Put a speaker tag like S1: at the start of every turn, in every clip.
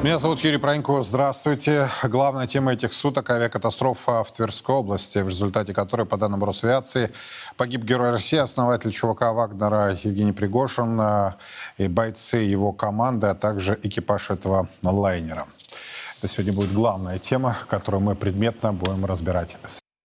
S1: Меня зовут Юрий Пронько. Здравствуйте. Главная тема этих суток – авиакатастрофа в Тверской области, в результате которой, по данным Росавиации, погиб герой России, основатель ЧВК Вагнера Евгений Пригожин и бойцы его команды, а также экипаж этого лайнера. Это сегодня будет главная тема, которую мы предметно будем разбирать.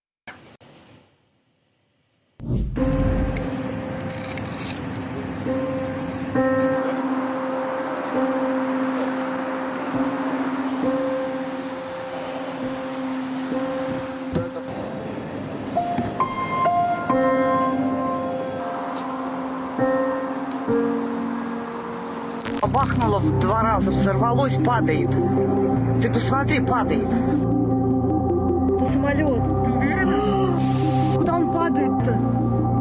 S2: Бахнуло в 2 раза, взорвалось, падает. Ты посмотри, падает.
S3: Это самолет. Куда он падает-то?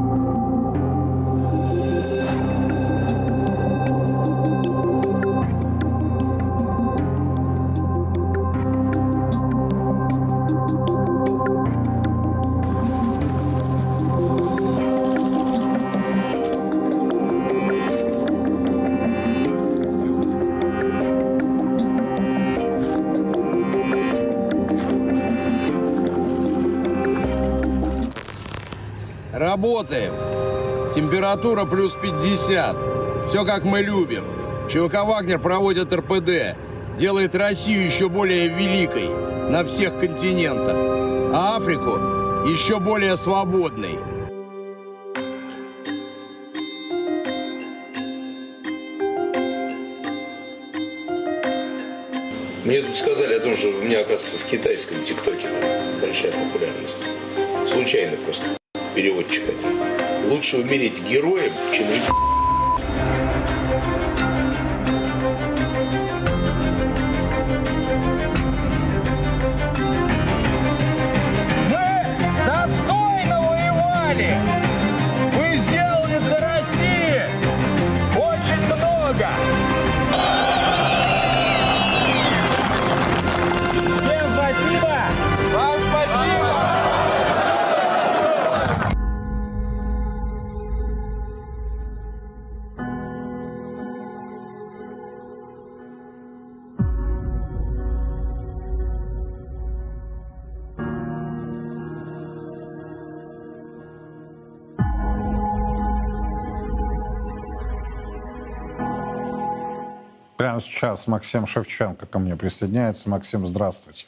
S4: Работаем. Температура плюс 50. Все как мы любим. ЧВК «Вагнер» проводит РПД. Делает Россию еще более великой на всех континентах. А Африку еще более свободной.
S5: Мне тут сказали о том, что у меня, оказывается, в китайском ТикТоке большая популярность. Случайно просто. Переводчик один. Лучше умереть героем, чем жить.
S6: Мы достойно воевали! Вы сделали для России очень много! Всем спасибо! Вам спасибо!
S1: Прямо сейчас Максим Шевченко ко мне присоединяется. Максим, здравствуйте.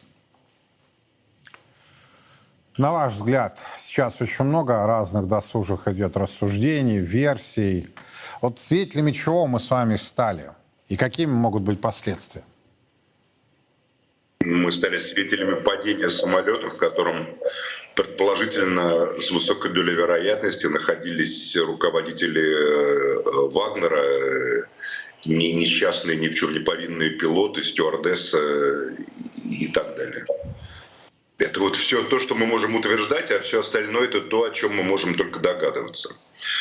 S1: На ваш взгляд, сейчас очень много разных досужих идет рассуждений, версий. Вот свидетелями чего мы с вами стали? И какими могут быть последствия?
S7: Мы стали свидетелями падения самолета, в котором предположительно с высокой долей вероятности находились руководители Вагнера, несчастные, ни в чем не повинные пилоты, стюардесса и так далее. Это вот все то, что мы можем утверждать, а все остальное это то, о чем мы можем только догадываться.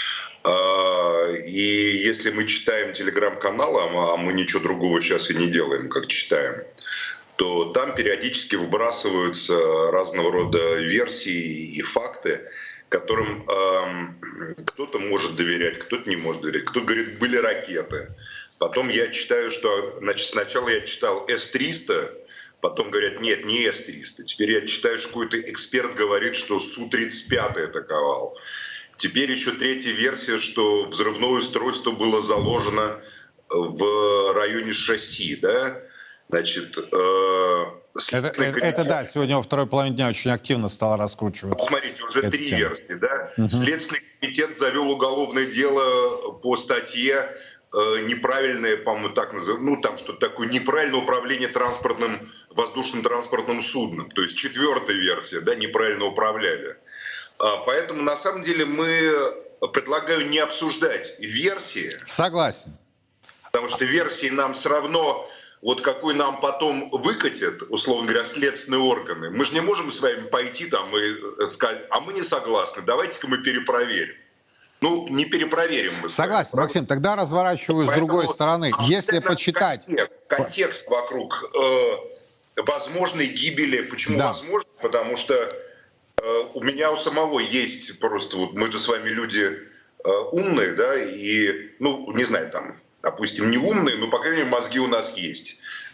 S7: И если мы читаем телеграм-каналы, а мы ничего другого сейчас и не делаем, как читаем, то там периодически выбрасываются разного рода версии и факты, которым кто-то может доверять, кто-то не может доверять. Кто-то говорит, были ракеты. Потом я читаю, что, значит, сначала я читал С-300, потом говорят, нет, не С-300. Теперь я читаю, что какой-то эксперт говорит, что Су-35 атаковал. Теперь еще третья версия, что взрывное устройство было заложено в районе шасси, да? Значит,
S1: это да, сегодня во второй половине дня очень активно стало раскручиваться.
S7: Смотрите, уже 3 версии, да? Следственный комитет завел уголовное дело по статье неправильное, по-моему, так называют, ну там что-то такое, неправильное управление транспортным, воздушным транспортным судном. То есть 4-я версия, да, неправильно управляли. Поэтому на самом деле мы предлагаю не обсуждать версии.
S1: Согласен.
S7: Потому что версии нам все равно, вот какой нам потом выкатят, условно говоря, следственные органы. Мы же не можем с вами пойти там и сказать, а мы не согласны, давайте-ка мы перепроверим. Ну, не перепроверим мы.
S1: Согласен, Максим, тогда разворачиваю с другой стороны. Если почитать...
S7: Контекст вокруг возможной гибели. Почему возможно? Потому что у меня у самого есть просто... Вот мы же с вами люди умные, да, и, ну, не знаю, там, допустим, не умные, но, по крайней мере, мозги у нас есть.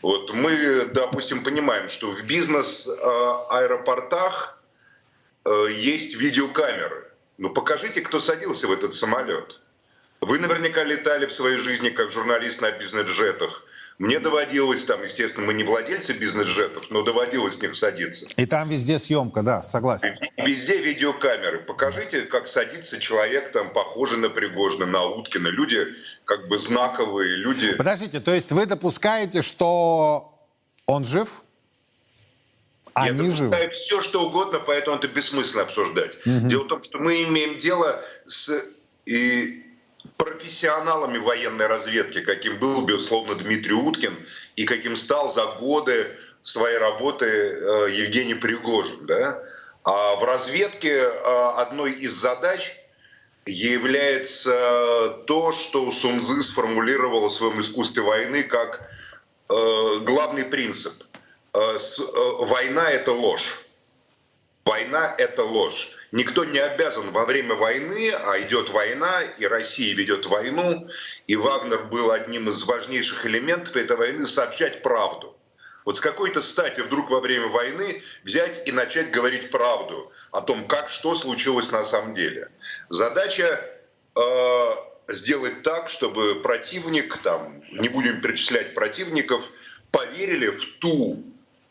S7: Вот мы, допустим, понимаем, что в бизнес-аэропортах есть видеокамеры. Ну покажите, кто садился в этот самолет. Вы наверняка летали в своей жизни как журналист на бизнес-джетах. Мне доводилось, там, естественно, мы не владельцы бизнес-джетов, но доводилось в них садиться.
S1: И там везде съемка, да, согласен.
S7: Везде видеокамеры. Покажите, как садится человек, там, похожий на Пригожина, на Уткина. Люди как бы знаковые, люди...
S1: Подождите, то есть вы допускаете, что он жив?
S7: Я
S1: Они живы?
S7: допускаю все, что угодно, поэтому это бессмысленно обсуждать. Дело в том, что мы имеем дело с профессионалами военной разведки, каким был, безусловно, Дмитрий Уткин, и каким стал за годы своей работы Евгений Пригожин. Да? А в разведке одной из задач является то, что Сун Цзы сформулировал в своем искусстве войны как главный принцип. Война – это ложь. Война – это ложь. Никто не обязан во время войны, а идет война, и Россия ведет войну, и Вагнер был одним из важнейших элементов этой войны, сообщать правду. Вот с какой-то стати вдруг во время войны взять и начать говорить правду о том, как, что случилось на самом деле. Задача сделать так, чтобы противник, там, не будем перечислять противников, поверили в ту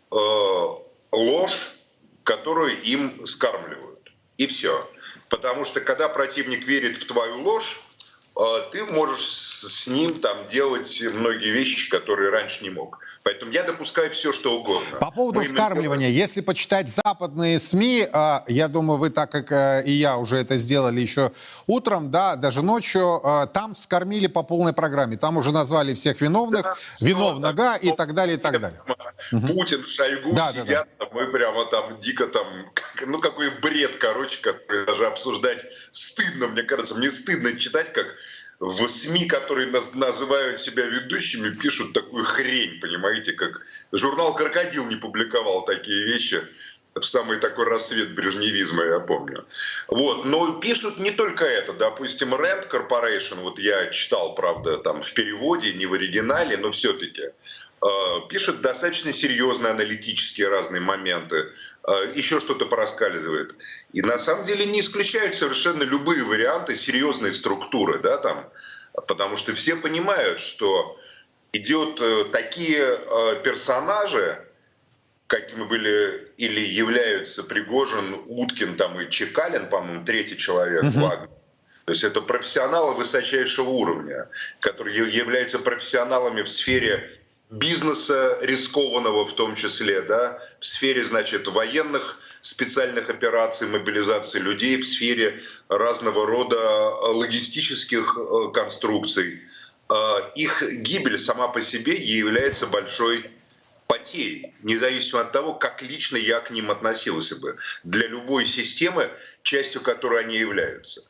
S7: ложь, которую им скармливают. И все. Потому что когда противник верит в твою ложь, ты можешь с ним там делать многие вещи, которые раньше не мог. Поэтому я допускаю все, что угодно.
S1: По поводу вскармливания, если почитать западные СМИ, я думаю, вы, так как и я, уже это сделали еще утром, да, даже ночью, там вскормили по полной программе. Там уже назвали всех виновных, виновного и так далее, и так далее.
S7: Путин, Шойгу сидят, мы прямо там дико там, ну какой бред, короче, который даже обсуждать стыдно, мне кажется. Мне стыдно читать, как в СМИ, которые называют себя ведущими, пишут такую хрень, понимаете, как журнал «Крокодил» не публиковал такие вещи в самый такой рассвет брежневизма, я помню. Вот. Но пишут не только это. Допустим, Rand Corporation, вот я читал, правда, там в переводе, не в оригинале, но все-таки пишет достаточно серьезные аналитические разные моменты, еще что-то проскальзывает. И на самом деле не исключают совершенно любые варианты серьезной структуры, да, там, потому что все понимают, что идет такие персонажи, какими были или являются Пригожин, Уткин там, и Чекалин, по-моему, третий человек, Вагнер. То есть это профессионалы высочайшего уровня, которые являются профессионалами в сфере бизнеса рискованного в том числе, да, в сфере, значит, военных специальных операций, мобилизации людей, в сфере разного рода логистических конструкций. Их гибель сама по себе является большой потерей, независимо от того, как лично я к ним относился бы, для любой системы, частью которой они являются.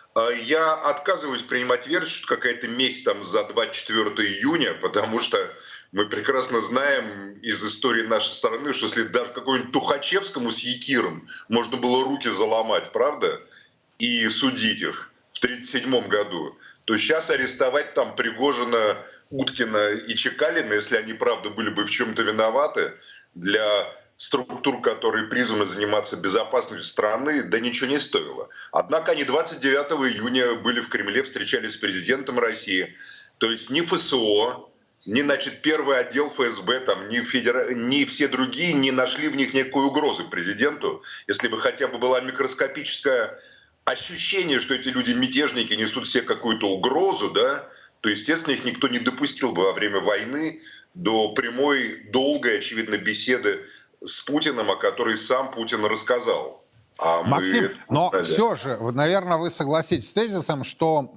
S7: Я отказываюсь принимать версию, что какая-то месть там за 24 июня, потому что мы прекрасно знаем из истории нашей страны, что если даже какому-нибудь Тухачевскому с Якиром можно было руки заломать, правда, и судить их в 1937 году, то сейчас арестовать там Пригожина, Уткина и Чекалина, если они, правда, были бы в чем-то виноваты, для структур, которые призваны заниматься безопасностью страны, да ничего не стоило. Однако они 29 июня были в Кремле, встречались с президентом России, то есть ни ФСО, ни, значит, первый отдел ФСБ, там, ни все другие не нашли в них никакой угрозы президенту. Если бы хотя бы было микроскопическое ощущение, что эти люди мятежники несут себе какую-то угрозу, да, то, естественно, их никто не допустил бы во время войны до прямой, долгой, очевидно, беседы с Путиным, о которой сам Путин рассказал.
S1: Максим, но все же, наверное, вы согласитесь с тезисом, что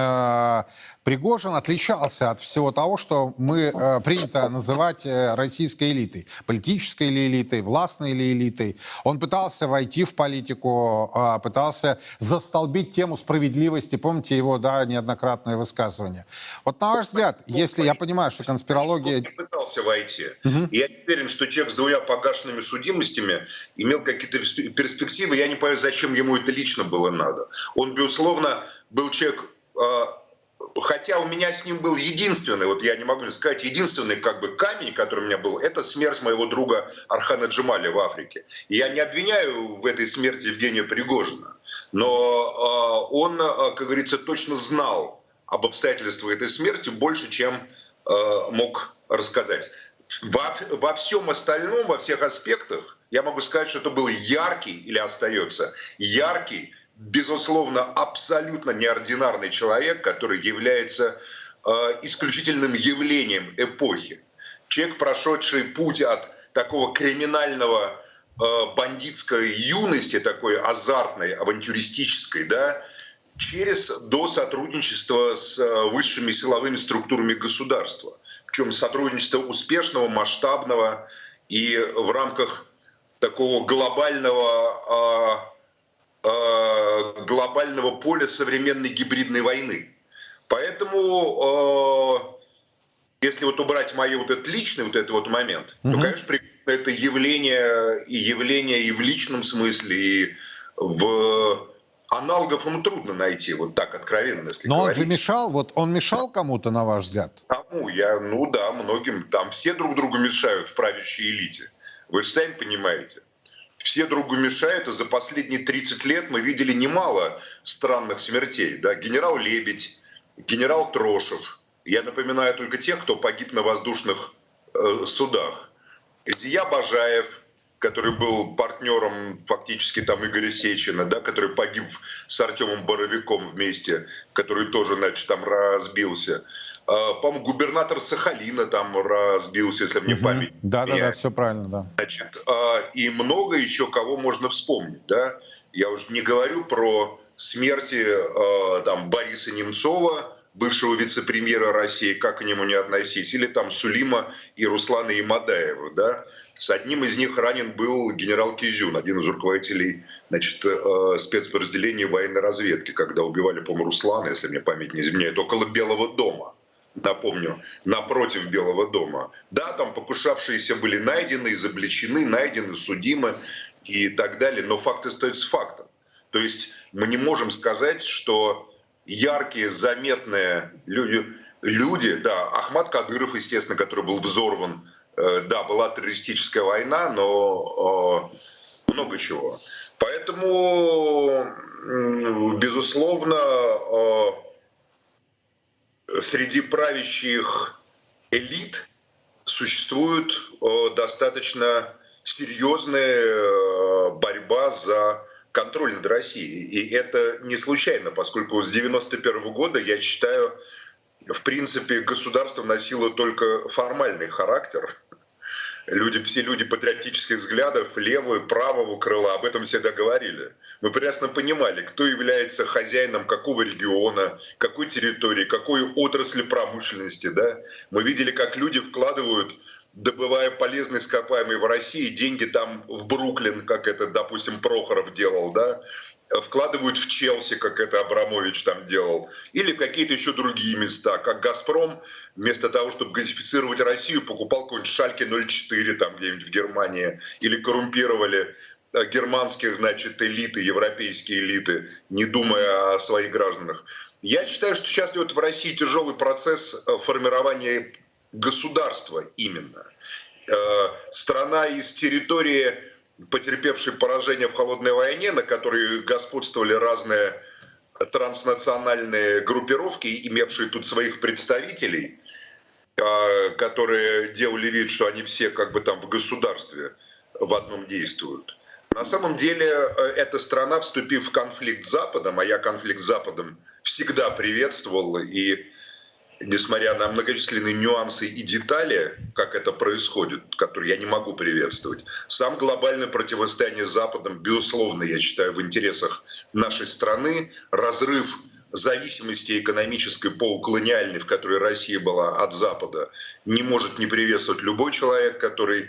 S1: Пригожин отличался от всего того, что мы принято называть российской элитой. Политической ли элитой, властной ли элитой. Он пытался войти в политику, пытался застолбить тему справедливости. Помните его, да, неоднократное высказывание. Вот на ваш взгляд, если я понимаю, что конспирология...
S7: Он не пытался войти. Я уверен, что человек с 2 погашенными судимостями имел какие-то перспективы. Я не понимаю, зачем ему это лично было надо. Он, безусловно, был человек Хотя у меня с ним был единственный, вот я не могу сказать, единственный как бы камень, который у меня был, это смерть моего друга Архана Джемали в Африке. И я не обвиняю в этой смерти Евгения Пригожина, но он, как говорится, точно знал об обстоятельствах этой смерти больше, чем мог рассказать. Во всем остальном, во всех аспектах, я могу сказать, что это был яркий, или остается яркий, безусловно, абсолютно неординарный человек, который является исключительным явлением эпохи. Человек, прошедший путь от такого криминального бандитской юности, такой азартной, авантюристической, да, до сотрудничества с высшими силовыми структурами государства. Причем сотрудничество успешного, масштабного и в рамках такого глобального поля современной гибридной войны. Поэтому, если вот убрать мой вот этот личный вот этот вот момент, то, конечно, это явление и в личном смысле, и в аналогов ему трудно найти, вот так откровенно, если
S1: Но
S7: говорить.
S1: он же мешал, он мешал кому-то, на ваш взгляд?
S7: Ну да, многим, там все друг другу мешают в правящей элите. Вы же сами понимаете. Все другу мешают, и за последние 30 лет мы видели немало странных смертей. Да? Генерал Лебедь, генерал Трошев. Я напоминаю только тех, кто погиб на воздушных судах. Зия Бажаев, который был партнером фактически там Игоря Сечина, да, который погиб с Артемом Боровиком вместе, который тоже, значит, там разбился. По-моему, губернатор Сахалина там разбился, если мне память.
S1: Да, все правильно, да.
S7: Значит, и много еще кого можно вспомнить, да. Я уже не говорю про смерти там Бориса Немцова, бывшего вице-премьера России, как к нему не относись, или там Сулима и Руслана Имадаева, да. С одним из них ранен был генерал Кизюн, один из руководителей, значит, спецподразделения военной разведки, когда убивали, по-моему, Руслана, если мне память не изменяет, около Белого дома. Напомню, напротив Белого дома. Да, там покушавшиеся были найдены, изобличены, найдены, судимы и так далее, но факт остается фактом. То есть мы не можем сказать, что яркие, заметные люди, да, Ахмад Кадыров, естественно, который был взорван, да, была террористическая война, но много чего. Поэтому, безусловно, среди правящих элит существует достаточно серьезная борьба за контроль над Россией. И это не случайно, поскольку с 1991 года, я считаю, в принципе, государство носило только формальный характер. Все люди патриотических взглядов, левого и правого крыла, об этом всегда говорили. Мы прекрасно понимали, кто является хозяином какого региона, какой территории, какой отрасли промышленности. Да? Мы видели, как люди вкладывают, добывая полезные ископаемые в России, деньги там в Бруклин, как это, допустим, Прохоров делал, да? Вкладывают в Челси, как это Абрамович там делал, или в какие-то еще другие места, как «Газпром» вместо того, чтобы газифицировать Россию, покупал какой-нибудь «Шальке 04» там где-нибудь в Германии, или коррумпировали германских, значит, элиты, европейские элиты, не думая о своих гражданах. Я считаю, что сейчас идет в России тяжелый процесс формирования государства именно. Страна из территории, потерпевшей поражение в холодной войне, на которой господствовали разные транснациональные группировки, имевшие тут своих представителей, которые делали вид, что они все как бы там в государстве в одном действуют. На самом деле эта страна, вступив в конфликт с Западом, а я конфликт с Западом всегда приветствовал, и несмотря на многочисленные нюансы и детали, как это происходит, которые я не могу приветствовать, сам глобальное противостояние с Западом, безусловно, я считаю, в интересах нашей страны, разрыв зависимости экономической полуколониальной, в которой Россия была от Запада, не может не приветствовать любой человек, который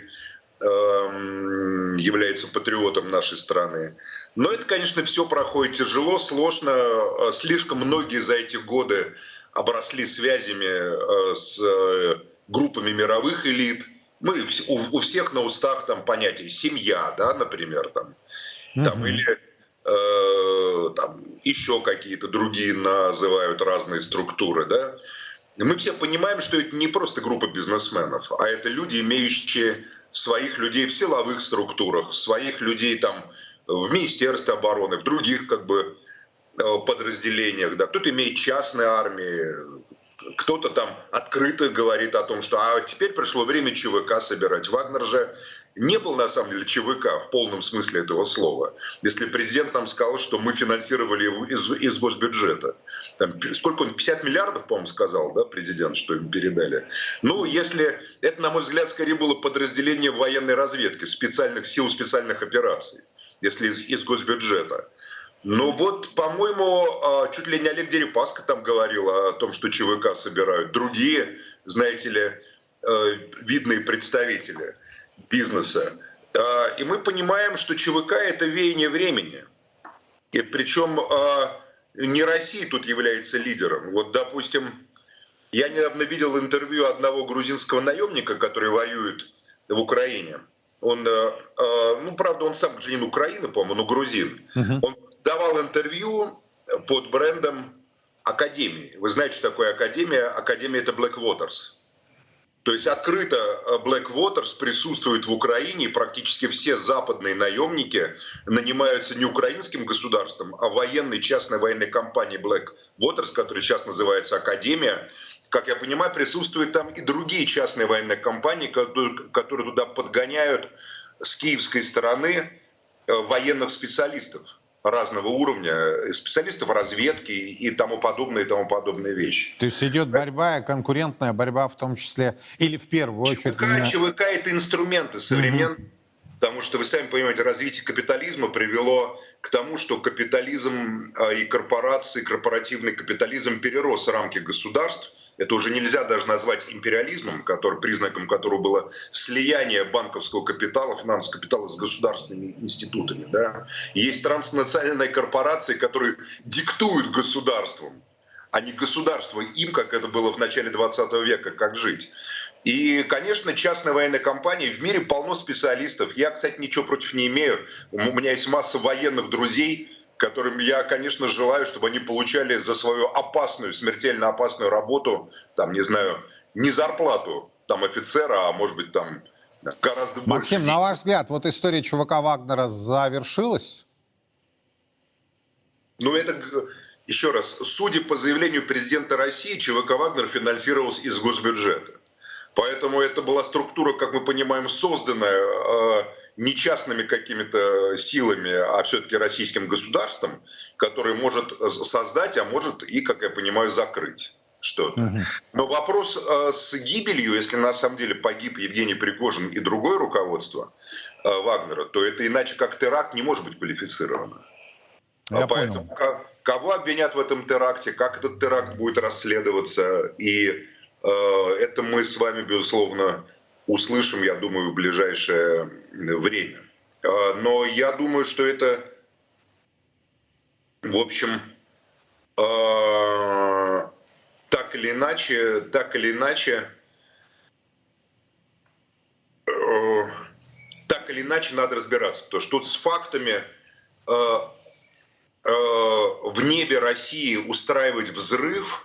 S7: является патриотом нашей страны. Но это, конечно, все проходит тяжело, сложно. Слишком многие за эти годы обросли связями с группами мировых элит. У всех на устах там понятие «семья», да, например, там, или там, еще какие-то другие называют разные структуры, да. Мы все понимаем, что это не просто группа бизнесменов, а это люди, имеющие своих людей в силовых структурах, своих людей там в Министерстве обороны, в других как бы подразделениях, да. Кто-то имеет частные армии, кто-то там открыто говорит о том, что теперь пришло время ЧВК собирать. Вагнер же не был на самом деле ЧВК в полном смысле этого слова. Если президент нам сказал, что мы финансировали его из госбюджета. Там, сколько он, 50 миллиардов, по-моему, сказал, да, президент, что им передали. Ну, если это, на мой взгляд, скорее было подразделение военной разведки, специальных сил, специальных операций, если из госбюджета. Ну вот, по-моему, чуть ли не Олег Дерипаска там говорил о том, что ЧВК собирают. Другие, знаете ли, видные представители бизнеса. И мы понимаем, что ЧВК — это веяние времени. И причем не Россия тут является лидером. Вот, допустим, я недавно видел интервью одного грузинского наемника, который воюет в Украине. Он, ну, правда, он сам гражданин Украины, по-моему, но грузин. Он давал интервью под брендом Академии. Вы знаете, что такое Академия? Академия — это Blackwaters. То есть открыто Blackwaters присутствует в Украине, и практически все западные наемники нанимаются не украинским государством, а военной, частной военной компанией Blackwaters, которая сейчас называется Академия. Как я понимаю, присутствуют там и другие частные военные компании, которые туда подгоняют с киевской стороны военных специалистов разного уровня, специалистов разведки и тому подобные вещи.
S1: То есть идет борьба, конкурентная борьба в том числе, или в первую очередь...
S7: ЧВК — это инструменты современные, потому что, вы сами понимаете, развитие капитализма привело к тому, что капитализм и корпорации, корпоративный капитализм перерос рамки государств. Это уже нельзя даже назвать империализмом, признаком которого было слияние банковского капитала, финансового капитала с государственными институтами. Да? Есть транснациональные корпорации, которые диктуют государствам, а не государство им, как это было в начале 20 века, как жить. И, конечно, частная военная компания, в мире полно специалистов. Я, кстати, ничего против не имею. У меня есть масса военных друзей, которым я, конечно, желаю, чтобы они получали за свою опасную, смертельно опасную работу, там, не знаю, не зарплату там офицера, а может быть там гораздо больше.
S1: Максим, на ваш взгляд, вот история ЧВК Вагнера завершилась?
S7: Ну, это, еще раз, судя по заявлению президента России, ЧВК Вагнер финансировался из госбюджета. Поэтому это была структура, как мы понимаем, созданная не частными какими-то силами, а все-таки российским государством, который может создать, а может и, как я понимаю, закрыть что-то. Но вопрос с гибелью, если на самом деле погиб Евгений Пригожин и другое руководство Вагнера, то это иначе как теракт не может быть квалифицировано. Поэтому кого обвинят в этом теракте, как этот теракт будет расследоваться, и это мы с вами, безусловно, услышим, я думаю, в ближайшее время. Но я думаю, что это, в общем, так или иначе надо разбираться. Потому что тут с фактами в небе России устраивать взрыв,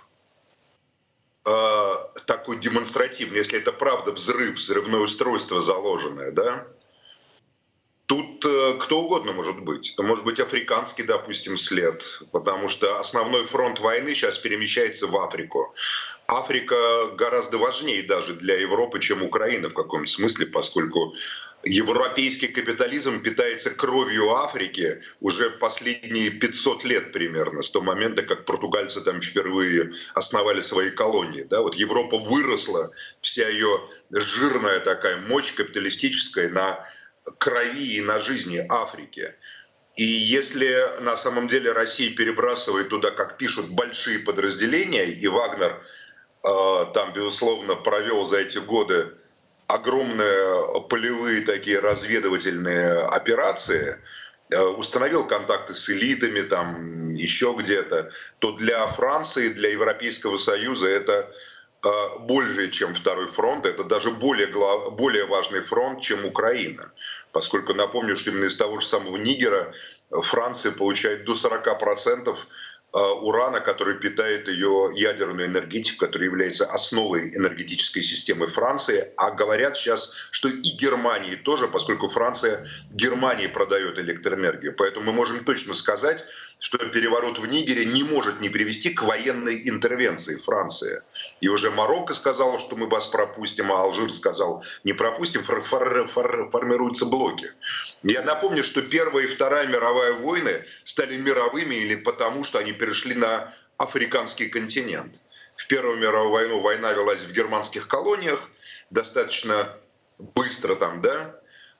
S7: такой демонстративный, если это правда взрывное устройство заложенное, да, тут кто угодно может быть. Это может быть африканский, допустим, след, потому что основной фронт войны сейчас перемещается в Африку. Африка гораздо важнее даже для Европы, чем Украина в каком-то смысле, поскольку европейский капитализм питается кровью Африки уже последние 500 лет примерно, с того момента, как португальцы там впервые основали свои колонии. Да? Вот Европа выросла, вся ее жирная такая мощь капиталистическая на крови и на жизни Африки. И если на самом деле Россия перебрасывает туда, как пишут, большие подразделения, и Вагнер там, безусловно, провел за эти годы огромные полевые такие разведывательные операции, установил контакты с элитами, там еще где-то, то для Франции, для Европейского Союза это больше, чем второй фронт, это даже более важный фронт, чем Украина. Поскольку, напомню, что именно из того же самого Нигера Франция получает до 40% урана, который питает ее ядерную энергетику, которая является основой энергетической системы Франции. А говорят сейчас, что и Германии тоже, поскольку Франция Германии продает электроэнергию. Поэтому мы можем точно сказать, что переворот в Нигере не может не привести к военной интервенции Франции. И уже Марокко сказало, что мы вас пропустим, а Алжир сказал, не пропустим, формируются блоки. Я напомню, что Первая и Вторая мировая войны стали мировыми или потому, что они перешли на африканский континент. В Первую мировую войну война велась в германских колониях, достаточно быстро там, да,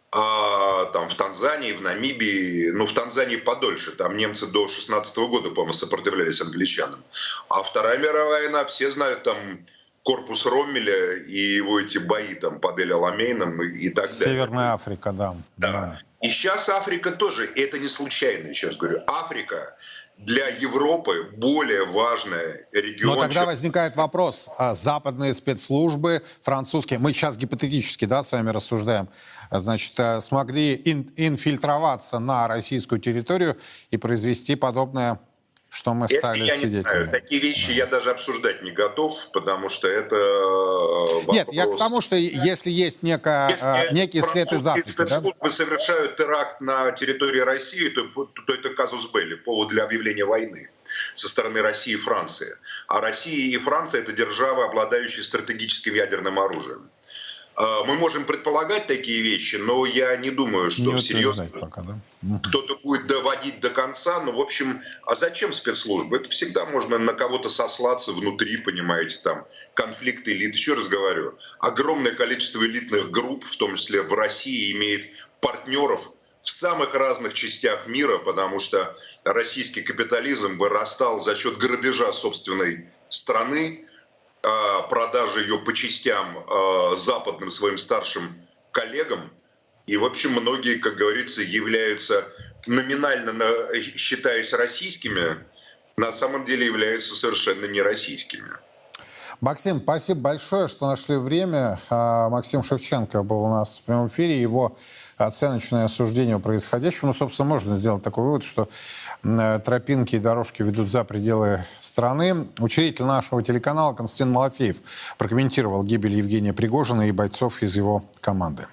S7: а там в Танзании, в Намибии, ну в Танзании подольше, там немцы до 16 года, по-моему, сопротивлялись англичанам. А Вторая мировая война, все знают там корпус Роммеля и его эти бои там под Эль-Аламейном и так далее.
S1: Северная Африка, да.
S7: Да. И сейчас Африка тоже, это не случайно, еще раз говорю, Африка для Европы более важная регион.
S1: Но тогда возникает вопрос, западные спецслужбы, французские, мы сейчас гипотетически, да, с вами рассуждаем, значит, смогли инфильтроваться на российскую территорию и произвести подобное, что мы стали свидетелями.
S7: Такие вещи я даже обсуждать не готов, потому что это вопрос...
S1: Нет, я к тому, что если есть некий след из Африки, да?
S7: Спецслужбы совершают теракт на территории России, то это казус белли, повод для объявления войны со стороны России и Франции. А Россия и Франция — это державы, обладающие стратегическим ядерным оружием. Мы можем предполагать такие вещи, но я не думаю, что всерьез кто-то будет доводить до конца. Ну, в общем, а зачем спецслужбы? Это всегда можно на кого-то сослаться внутри, понимаете, там, конфликт элит. Еще раз говорю, огромное количество элитных групп, в том числе в России, имеет партнеров в самых разных частях мира, потому что российский капитализм вырастал за счет грабежа собственной страны, продажи ее по частям западным своим старшим коллегам. И, в общем, многие, как говорится, являются номинально, считаясь российскими, на самом деле являются совершенно не российскими.
S1: Максим, спасибо большое, что нашли время. Максим Шевченко был у нас в прямом эфире. Его оценочное осуждение происходящего. Ну, собственно, можно сделать такой вывод, что тропинки и дорожки ведут за пределы страны. Учредитель нашего телеканала Константин Малафеев прокомментировал гибель Евгения Пригожина и бойцов из его команды.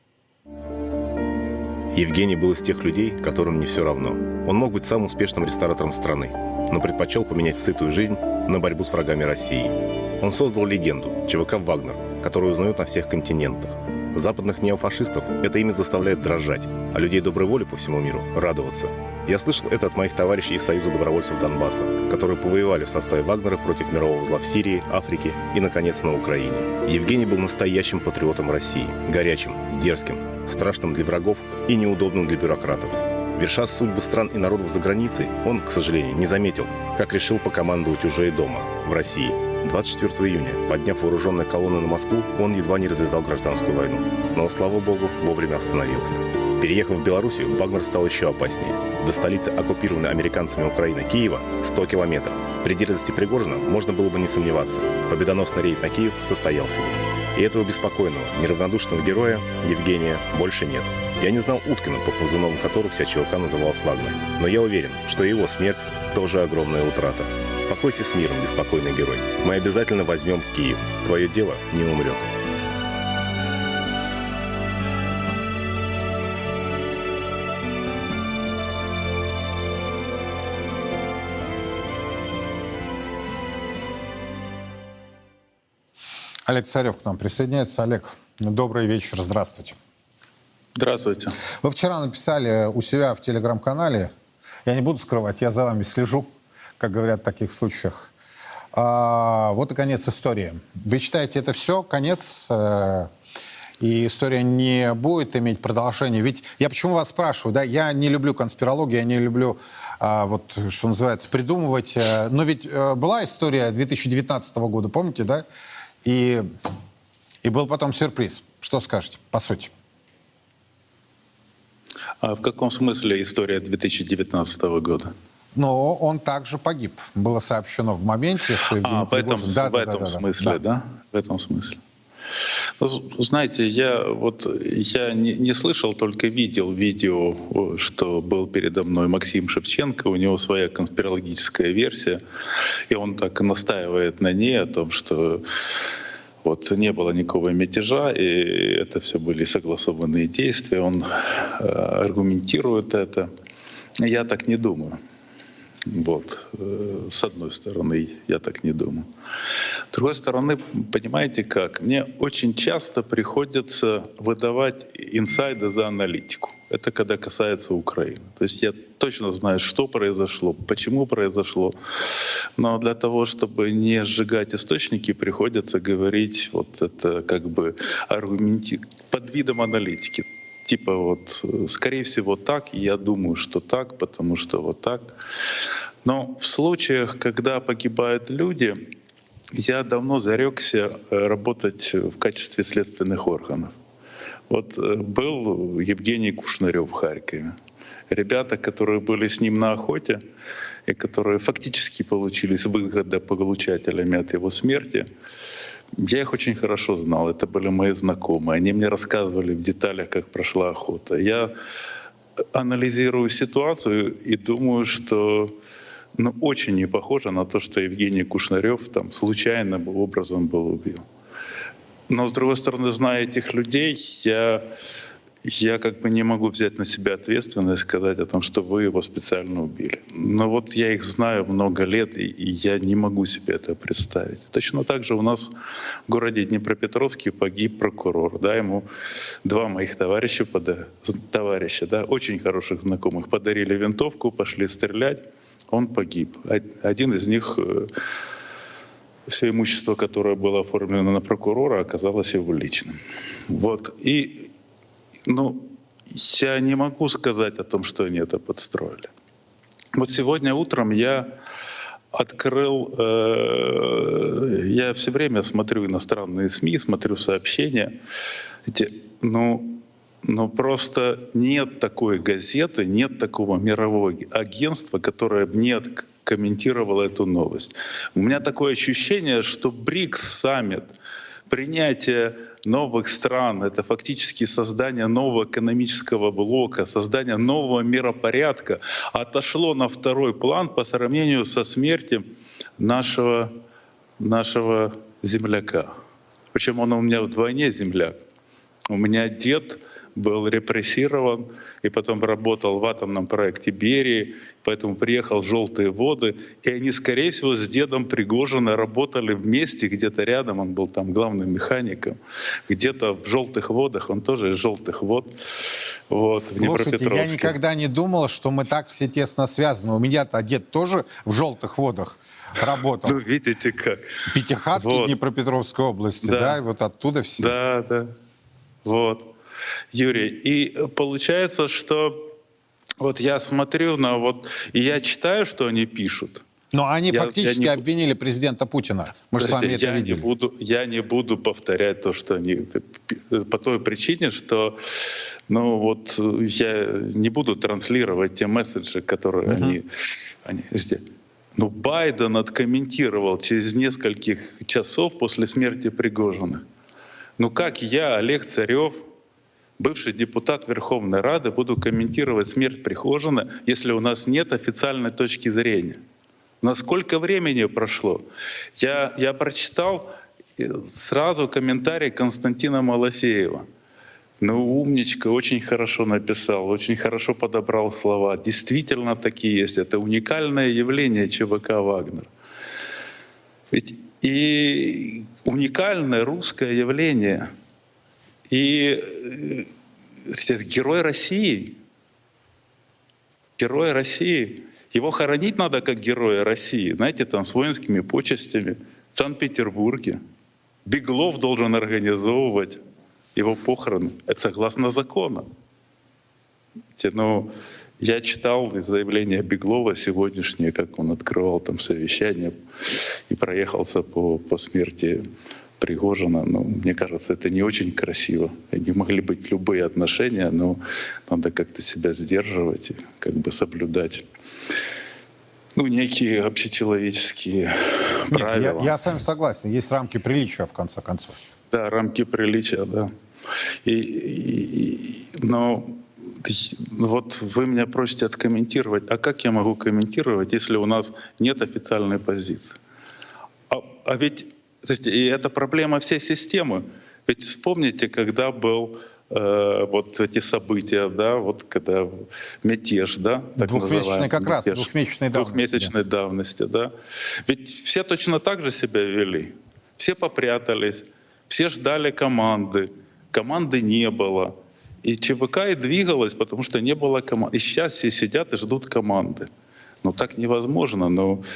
S8: Евгений был из тех людей, которым не все равно. Он мог быть самым успешным ресторатором страны, но предпочел поменять сытую жизнь на борьбу с врагами России. Он создал легенду ЧВК «Вагнер», которую узнают на всех континентах. Западных неофашистов это имя заставляет дрожать, а людей доброй воли по всему миру радоваться. Я слышал это от моих товарищей из Союза добровольцев Донбасса, которые повоевали в составе Вагнера против мирового зла в Сирии, Африке и, наконец, на Украине. Евгений был настоящим патриотом России, горячим, дерзким, страшным для врагов и неудобным для бюрократов. Верша судьбы стран и народов за границей, он, к сожалению, не заметил, как решил покомандовать уже и дома, в России. 24 июня, подняв вооруженные колонны на Москву, он едва не развязал гражданскую войну. Но, слава богу, вовремя остановился. Переехав в Белоруссию, Вагнер стал еще опаснее. До столицы, оккупированной американцами Украины, Киева, 100 километров. При дерзости Пригожина можно было бы не сомневаться. Победоносный рейд на Киев состоялся. И этого беспокойного, неравнодушного героя, Евгения, больше нет. Я не знал Уткина, по позывному которого вся ЧВК называлась Вагнер. Но я уверен, что его смерть тоже огромная утрата. Покойся с миром, беспокойный герой. Мы обязательно возьмем Киев. Твое дело не умрет.
S1: Олег Царев к нам присоединяется. Олег, добрый вечер, здравствуйте.
S9: Здравствуйте.
S1: Вы вчера написали у себя в телеграм-канале, я не буду скрывать, я за вами слежу, как говорят в таких случаях. Вот и конец истории. Вы считаете, это все, конец, и история не будет иметь продолжения? Ведь я почему вас спрашиваю, да, я не люблю конспирологию, я не люблю, вот, что называется, придумывать. Но ведь была история 2019 года, помните, да? И был потом сюрприз. Что скажете, по сути?
S9: А в каком смысле история 2019 года?
S1: Но он также погиб. Было сообщено в моменте, что Евгений Пригожин...
S9: В этом смысле, да? В этом смысле. Знаете, я не слышал, только видел видео, что был передо мной Максим Шевченко, у него своя конспирологическая версия, и он так настаивает на ней, о том, что вот не было никакого мятежа, и это все были согласованные действия, он аргументирует это. Я так не думаю. Вот. С одной стороны, я так не думаю. С другой стороны, понимаете как? Мне очень часто приходится выдавать инсайды за аналитику. Это когда касается Украины. То есть я точно знаю, что произошло, почему произошло. Но для того, чтобы не сжигать источники, приходится говорить вот это как бы под видом аналитики. Типа вот, скорее всего, так, и я думаю, что так, потому что вот так. Но в случаях, когда погибают люди, я давно зарекся работать в качестве следственных органов. Вот был Евгений Кушнарев в Харькове. Ребята, которые были с ним на охоте, и которые фактически получились выгодополучателями от его смерти, я их очень хорошо знал, это были мои знакомые. Они мне рассказывали в деталях, как прошла охота. Я анализирую ситуацию и думаю, что очень не похоже на то, что Евгений Кушнарев там случайным образом был убит. Но, с другой стороны, зная этих людей, я как бы не могу взять на себя ответственность и сказать о том, что вы его специально убили. Но вот я их знаю много лет, и я не могу себе это представить. Точно так же у нас в городе Днепропетровске погиб прокурор. Да, ему два моих товарища, очень хороших знакомых, подарили винтовку, пошли стрелять, он погиб. Один из них, все имущество, которое было оформлено на прокурора, оказалось его личным. Вот. И я не могу сказать о том, что они это подстроили. Вот сегодня утром я открыл, я все время смотрю иностранные СМИ, смотрю сообщения. Просто нет такой газеты, нет такого мирового агентства, которое бы не комментировало эту новость. У меня такое ощущение, что БРИКС-саммит, принятие новых стран, это фактически создание нового экономического блока, создание нового миропорядка, отошло на второй план по сравнению со смертью нашего земляка. Причем он у меня вдвойне земляк. У меня дед был репрессирован и потом работал в атомном проекте Берии, поэтому приехал в «Желтые воды», и они, скорее всего, с дедом Пригожина работали вместе где-то рядом, он был там главным механиком, где-то в «Желтых водах», он тоже из «Желтых вод». Вот,
S1: слушайте, я никогда не думал, что мы так все тесно связаны. У меня-то дед тоже в «Желтых водах» работал.
S9: Ну, видите как.
S1: Пятихатки вот. Днепропетровской области, да, и вот оттуда все.
S9: Да, вот. Юрий, и получается, что вот я смотрю и я читаю, что они пишут.
S1: Но они фактически обвинили президента Путина. Мы же с вами это видели.
S9: Я не буду повторять то, что они... По той причине, что я не буду транслировать те месседжи, которые они здесь. Но Байден откомментировал через нескольких часов после смерти Пригожина. Как я, Олег Царев, бывший депутат Верховной Рады, буду комментировать смерть Пригожина, если у нас нет официальной точки зрения? Насколько времени прошло? Я прочитал сразу комментарий Константина Малафеева. Умничка, очень хорошо написал, очень хорошо подобрал слова. Действительно такие есть. Это уникальное явление ЧВК «Вагнер». И уникальное русское явление. И герой России. Герой России. Его хоронить надо как героя России. Знаете, там с воинскими почестями в Санкт-Петербурге. Беглов должен организовывать его похороны. Это согласно закону. Я читал заявление Беглова сегодняшнее, как он открывал там совещание и проехался по смерти Пригожина. Мне кажется, это не очень красиво. Они могли быть любые отношения, но надо как-то себя сдерживать и как бы соблюдать некие общечеловеческие правила.
S1: Я с вами согласен. Есть рамки приличия, в конце концов.
S9: Да, рамки приличия, да. Но вот вы меня просите откомментировать. А как я могу комментировать, если у нас нет официальной позиции? А ведь, и это проблема всей системы. Ведь вспомните, когда был вот эти события, да, вот когда мятеж, да, так
S1: двухмесячной как раз,
S9: двухмесячной давности, да. Ведь все точно так же себя вели. Все попрятались, все ждали команды. Команды не было. И ЧВК и двигалась, потому что не было команды. И сейчас все сидят и ждут команды. Ну так невозможно.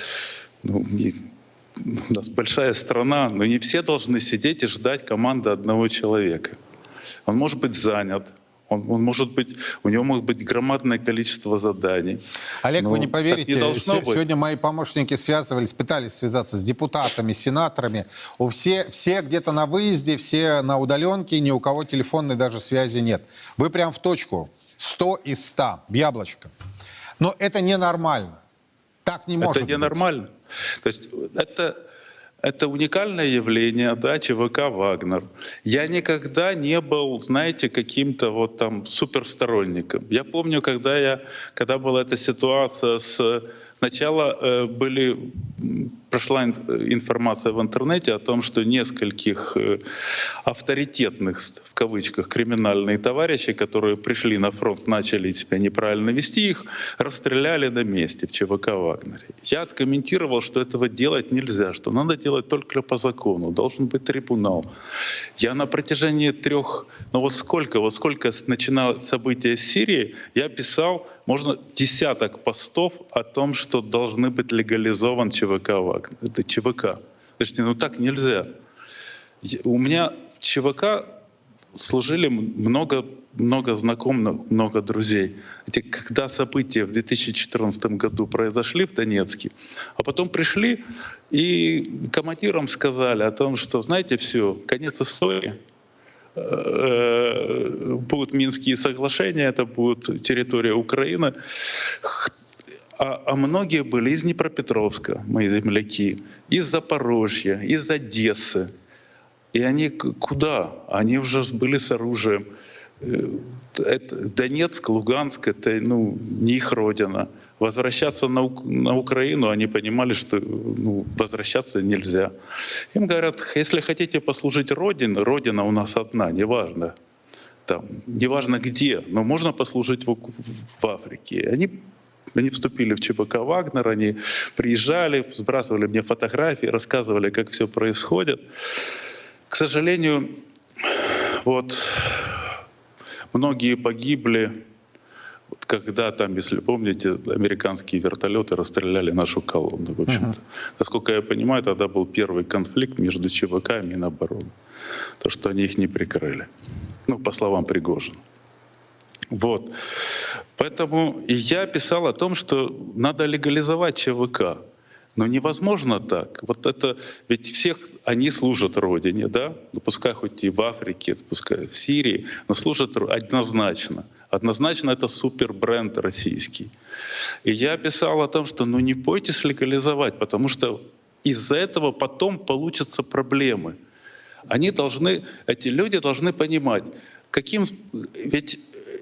S9: У нас большая страна, но не все должны сидеть и ждать команды одного человека. Он может быть занят, он может быть, у него может быть громадное количество заданий.
S1: Олег, вы не поверите, сегодня мои помощники пытались связаться с депутатами, сенаторами. Все где-то на выезде, все на удаленке, ни у кого телефонной даже связи нет. Вы прям в точку, 100 из 100, в яблочко. Но это ненормально. Так не может быть.
S9: Это ненормально. То есть это уникальное явление, да, ЧВК «Вагнер». Я никогда не был, знаете, каким-то вот там суперсторонником. Я помню, когда была эта ситуация сначала прошла информация в интернете о том, что нескольких авторитетных, в кавычках, криминальных товарищей, которые пришли на фронт, начали себя неправильно вести, их расстреляли на месте в ЧВК «Вагнере». Я откомментировал, что этого делать нельзя, что надо делать только по закону, должен быть трибунал. Я на протяжении вот сколько начинало события с Сирии, я писал, можно десяток постов о том, что должны быть легализован ЧВК «Вагнер». Это ЧВК. Слушайте, так нельзя. У меня в ЧВК служили много знакомых, много друзей. Когда события в 2014 году произошли в Донецке, а потом пришли и командирам сказали о том, что, знаете, все, конец истории. Будут Минские соглашения, это будет территория Украины. А многие были из Днепропетровска, мои земляки, из Запорожья, из Одессы. И они куда? Они уже были с оружием. Донецк, Луганск — это не их родина. Возвращаться на Украину, они понимали, что возвращаться нельзя. Им говорят, если хотите послужить Родине, Родина у нас одна, неважно где, но можно послужить в Африке. Они вступили в ЧВК «Вагнер», они приезжали, сбрасывали мне фотографии, рассказывали, как все происходит. К сожалению, многие погибли, когда там, если помните, американские вертолеты расстреляли нашу колонну. В общем-то. Насколько я понимаю, тогда был первый конфликт между ЧВК и Минобороны. То, что они их не прикрыли. По словам Пригожина. Поэтому и я писал о том, что надо легализовать ЧВК. Но невозможно так. Ведь всех они служат Родине, да? Пускай хоть и в Африке, пускай в Сирии, но служат однозначно. Однозначно это супербренд российский. И я писал о том, что не бойтесь легализовать, потому что из-за этого потом получатся проблемы. Эти люди должны понимать, ведь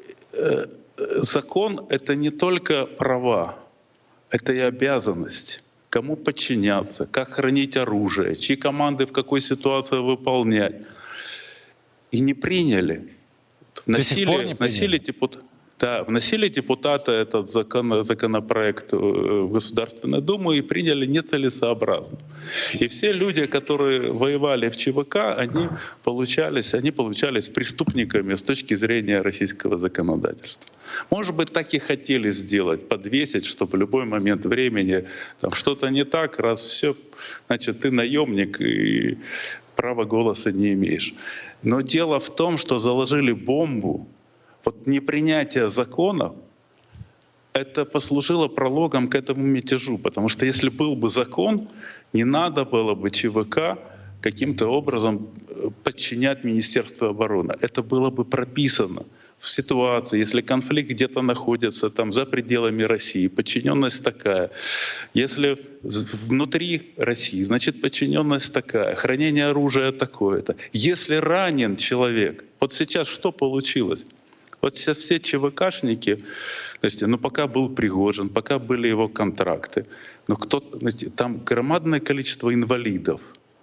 S9: закон — это не только права, это и обязанность. Кому подчиняться, как хранить оружие, чьи команды в какой ситуации выполнять. И не приняли. Вносили депутаты этот законопроект в Государственную Думу и приняли нецелесообразно. И все люди, которые воевали в ЧВК, они получались преступниками с точки зрения российского законодательства. Может быть, так и хотели сделать, подвесить, чтобы в любой момент времени что-то не так, раз все, значит, ты наемник и права голоса не имеешь. Но дело в том, что заложили бомбу. Непринятие законов — это послужило прологом к этому мятежу. Потому что если был бы закон, не надо было бы ЧВК каким-то образом подчинять Министерство обороны. Это было бы прописано в в ситуации, если конфликт где-то находится там за пределами России, подчиненность такая. Если внутри России, значит подчиненность такая, хранение оружия такое-то. Если ранен человек, вот сейчас что получилось? Вот сейчас все ЧВКшники, знаете, ну пока был Пригожин, пока были его контракты, но знаете, там громадное количество инвалидов,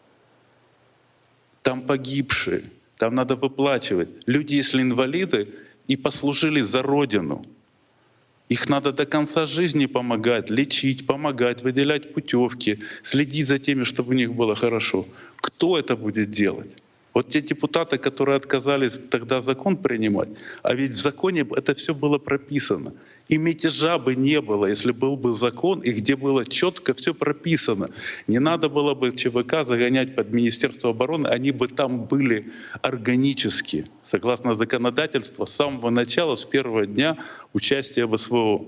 S9: там погибшие, там надо выплачивать. Люди, если инвалиды, и послужили за Родину, их надо до конца жизни помогать, лечить, помогать, выделять путевки, следить за теми, чтобы у них было хорошо. Кто это будет делать? Вот те депутаты, которые отказались тогда закон принимать, а ведь в законе это все было прописано. И мятежа бы не было, если был бы закон, и где было четко все прописано. Не надо было бы ЧВК загонять под Министерство обороны, они бы там были органически, согласно законодательству, с самого начала, с первого дня участия в СВО.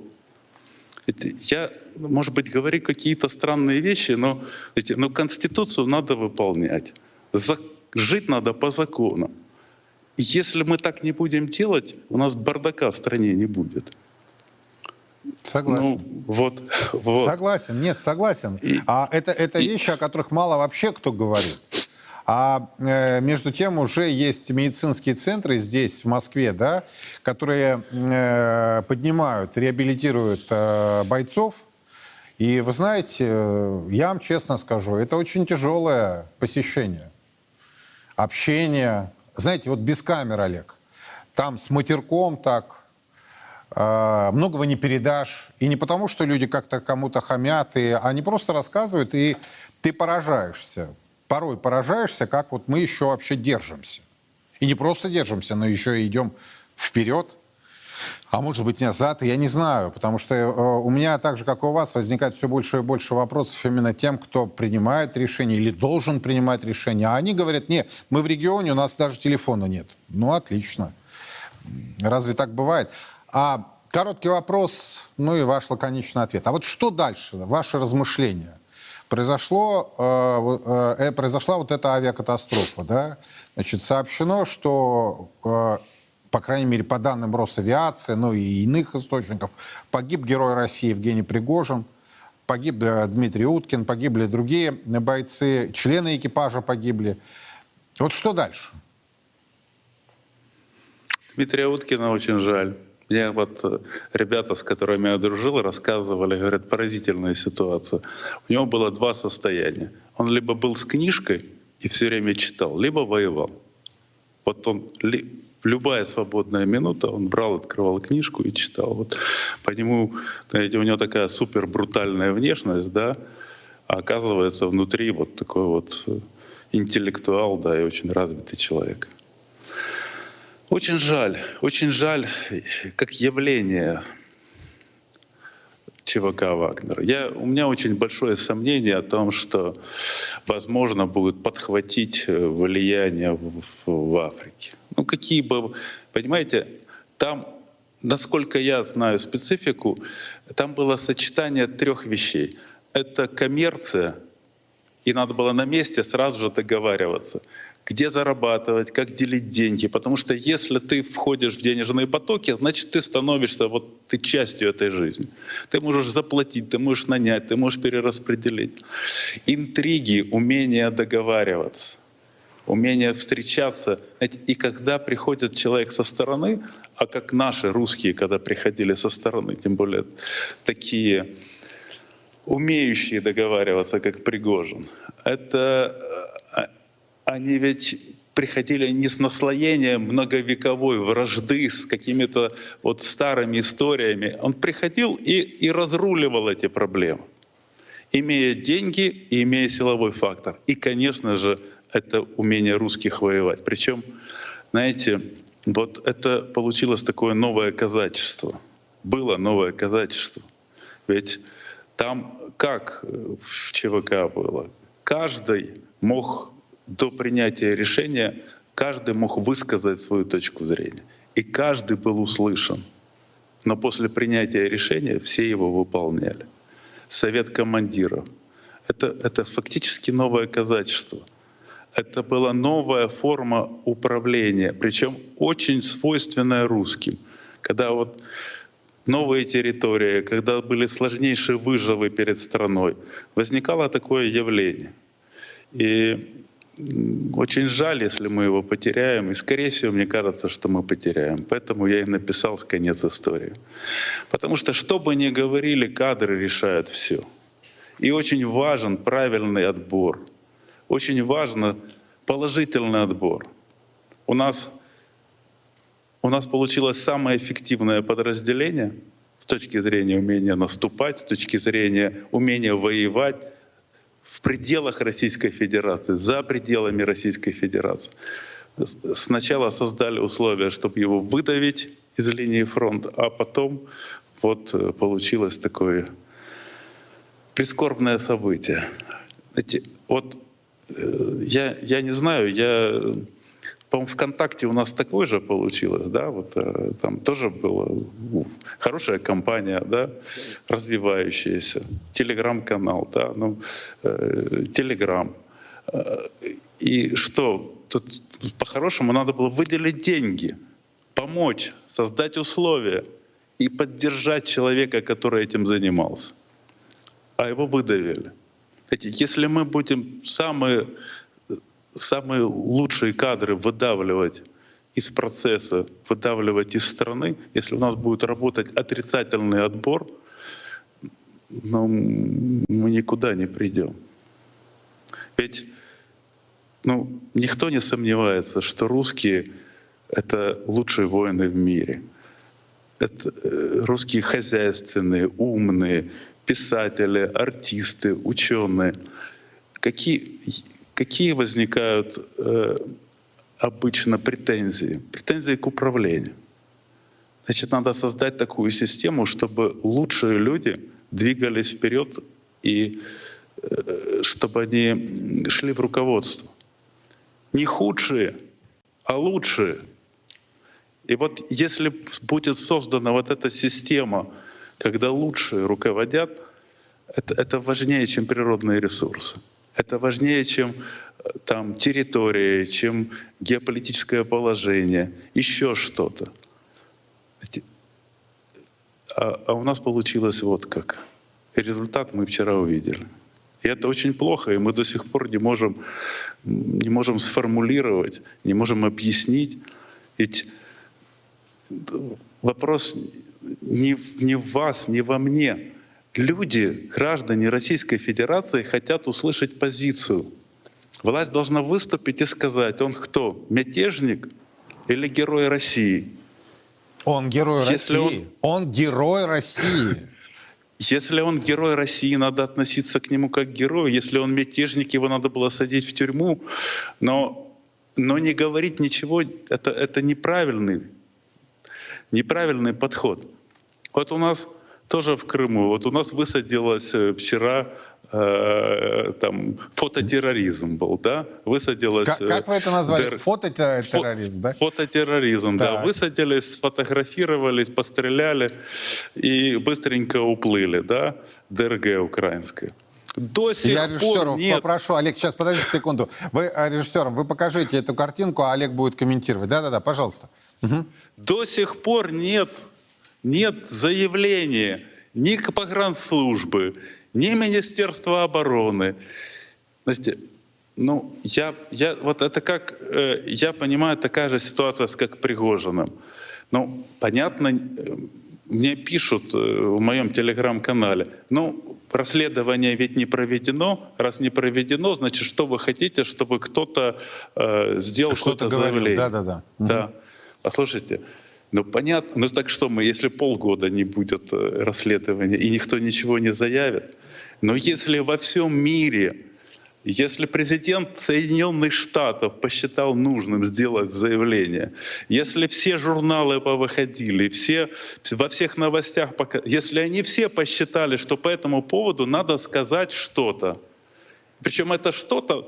S9: Я, может быть, говорю какие-то странные вещи, но Конституцию надо выполнять. Жить надо по закону. И если мы так не будем делать, у нас бардака в стране не будет.
S1: Согласен.
S9: Ну, вот.
S1: Согласен, нет, согласен. Это вещи, о которых мало вообще кто говорит. А между тем уже есть медицинские центры здесь, в Москве, да, которые поднимают, реабилитируют бойцов. И вы знаете, я вам честно скажу, это очень тяжелое посещение. Общение. Знаете, вот без камер, Олег, там с матерком так многого не передашь. И не потому, что люди как-то кому-то хамят, они просто рассказывают, и ты поражаешься. Порой поражаешься, как вот мы еще вообще держимся. И не просто держимся, но еще и идем вперед. А может быть, назад, я не знаю, потому что у меня, так же, как и у вас, возникает все больше и больше вопросов именно тем, кто принимает решение или должен принимать решение. А они говорят, нет, мы в регионе, у нас даже телефона нет. Ну, отлично. Разве так бывает? А короткий вопрос, ну и ваш лаконичный ответ. А вот что дальше, ваши размышления? Произошла вот эта авиакатастрофа, да? Значит, сообщено, что... по крайней мере, по данным Росавиации, ну и иных источников, погиб герой России Евгений Пригожин, погиб Дмитрий Уткин, погибли другие бойцы, члены экипажа погибли. Вот что дальше?
S9: Дмитрия Уткина очень жаль. Мне вот ребята, с которыми я дружил, рассказывали, говорят, поразительная ситуация. У него было два состояния. Он либо был с книжкой и все время читал, либо воевал. Вот он... Любая свободная минута, он брал, открывал книжку и читал. Вот по нему, знаете, у него такая супер брутальная внешность, да, а оказывается внутри вот такой вот интеллектуал, да, и очень развитый человек. Очень жаль, как явление ЧВК «Вагнер». У меня очень большое сомнение о том, что возможно будет подхватить влияние в Африке. Ну, какие бы... Понимаете, там, насколько я знаю специфику, там было сочетание трех вещей. Это коммерция, и надо было на месте сразу же договариваться, где зарабатывать, как делить деньги. Потому что если ты входишь в денежные потоки, значит, ты становишься, вот ты частью этой жизни. Ты можешь заплатить, ты можешь нанять, ты можешь перераспределить. Интриги, умение договариваться, умение встречаться. И когда приходит человек со стороны, а как наши русские, когда приходили со стороны, тем более такие умеющие договариваться, как Пригожин, они ведь приходили не с наслоением многовековой вражды, с какими-то вот старыми историями. Он приходил и разруливал эти проблемы, имея деньги и имея силовой фактор. И, конечно же, это умение русских воевать. Причем, знаете, вот это получилось такое новое казачество. Было новое казачество. Ведь там как в ЧВК было? Каждый мог до принятия решения, каждый мог высказать свою точку зрения. И каждый был услышан. Но после принятия решения все его выполняли. Совет командиров. Это фактически новое казачество. Это была новая форма управления, причем очень свойственная русским. Когда вот новые территории, когда были сложнейшие выживы перед страной, возникало такое явление. И очень жаль, если мы его потеряем, и скорее всего, мне кажется, что мы потеряем. Поэтому я и написал конец истории. Потому что, что бы ни говорили, кадры решают все. И очень важен правильный отбор. Очень важен положительный отбор. У нас получилось самое эффективное подразделение с точки зрения умения наступать, с точки зрения умения воевать в пределах Российской Федерации, за пределами Российской Федерации. Сначала создали условия, чтобы его выдавить из линии фронта, а потом вот получилось такое прискорбное событие. Знаете, вот я не знаю, по-моему, ВКонтакте у нас такое же получилось, да, вот там тоже была хорошая компания, да, развивающаяся, телеграм-канал, да, телеграм. И что, тут по-хорошему надо было выделить деньги, помочь, создать условия и поддержать человека, который этим занимался. А его выдавили. Если мы будем самые лучшие кадры выдавливать из процесса, выдавливать из страны, если у нас будет работать отрицательный отбор, мы никуда не придем. Ведь никто не сомневается, что русские — это лучшие воины в мире. Это русские хозяйственные, умные, писатели, артисты, ученые. Какие возникают обычно претензии? Претензии к управлению. Значит, надо создать такую систему, чтобы лучшие люди двигались вперед и чтобы они шли в руководство. Не худшие, а лучшие. И вот если будет создана вот эта система, когда лучшие руководят, это важнее, чем природные ресурсы. Это важнее, чем там территория, чем геополитическое положение, еще что-то. А у нас получилось вот как. И результат мы вчера увидели. И это очень плохо, и мы до сих пор не можем сформулировать, не можем объяснить. Ведь вопрос не в вас, не во мне. Люди, граждане Российской Федерации, хотят услышать позицию. Власть должна выступить и сказать, он кто, мятежник или герой России?
S1: Он герой России. Он герой России.
S9: Если он герой России, надо относиться к нему как к герою. Если он мятежник, его надо было садить в тюрьму. Но не говорить ничего, это неправильный подход. Вот у нас тоже в Крыму, вот у нас высадилось вчера, там фототерроризм был, да? Высадилось...
S1: Как вы это назвали? Фототерроризм, да?
S9: Фототерроризм, да. Высадились, сфотографировались, постреляли и быстренько уплыли, да? ДРГ украинская. До сих
S1: Я
S9: пор
S1: режиссеров
S9: нет.
S1: попрошу. Олег, сейчас, подождите секунду. Вы режиссером, вы покажите эту картинку, а Олег будет комментировать. Да-да-да, пожалуйста. Угу.
S9: До сих пор нет заявления ни погранслужбы, ни Министерства обороны. Знаете, вот это как, я понимаю, такая же ситуация, как Пригожиным. Понятно, мне пишут в моем телеграм-канале, расследование ведь не проведено. Раз не проведено, значит, что вы хотите, чтобы кто-то сделал что-то заявление?
S1: Да-да-да.
S9: Да. Послушайте, понятно, так что если полгода не будет расследования и никто ничего не заявит, но если во всем мире, если президент Соединенных Штатов посчитал нужным сделать заявление, если все журналы повыходили, во всех новостях, если они все посчитали, что по этому поводу надо сказать что-то, причем это что-то,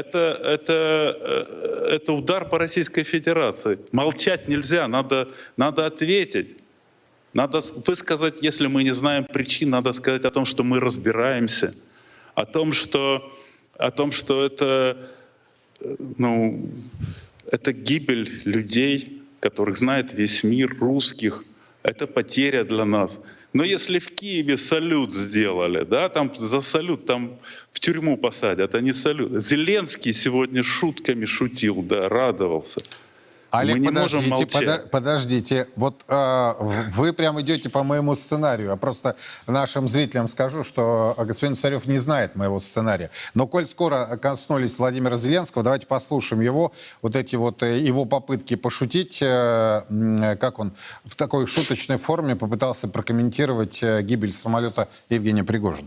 S9: это удар по Российской Федерации. Молчать нельзя, надо ответить. Надо высказать, если мы не знаем причин, надо сказать о том, что мы разбираемся, о том, что это ну, это гибель людей, которых знает весь мир, русских. Это потеря для нас. Но если в Киеве салют сделали, да, там за салют там в тюрьму посадят, а не салют. Зеленский сегодня шутками шутил, да, радовался.
S1: Олег,
S9: Мы не можем молчать.
S1: подождите. Вот вы прям идете по моему сценарию. Я просто нашим зрителям скажу, что господин Царев не знает моего сценария. Но коль скоро коснулись Владимира Зеленского, давайте послушаем его. Вот эти вот его попытки пошутить, как он в такой шуточной форме попытался прокомментировать гибель самолета Евгения Пригожина.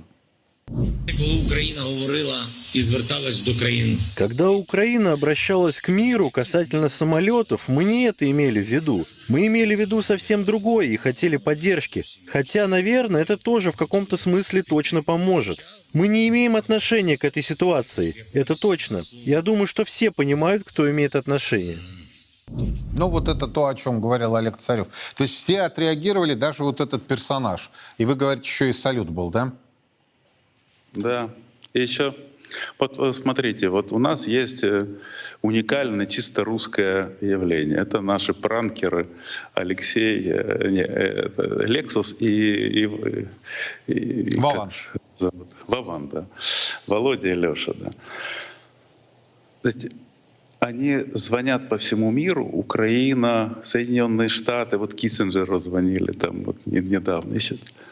S10: Когда Украина обращалась к миру касательно самолетов, мы не это имели в виду. Мы имели в виду совсем другое и хотели поддержки. Хотя, наверное, это тоже в каком-то смысле точно поможет. Мы не имеем отношения к этой ситуации. Это точно. Я думаю, что все понимают, кто имеет отношение.
S1: Ну, вот это то, о чем говорил Олег Царев. То есть все отреагировали, даже вот этот персонаж. И вы говорите, еще и салют был, да?
S9: Да. И еще, вот смотрите, вот у нас есть уникальное чисто русское явление. Это наши пранкеры Алексей, Лексус и
S1: Вован.
S9: Вован, да. Володя и Леша, да. Знаете, они звонят по всему миру, Украина, Соединенные Штаты, вот Киссинджеру звонили там вот недавно еще.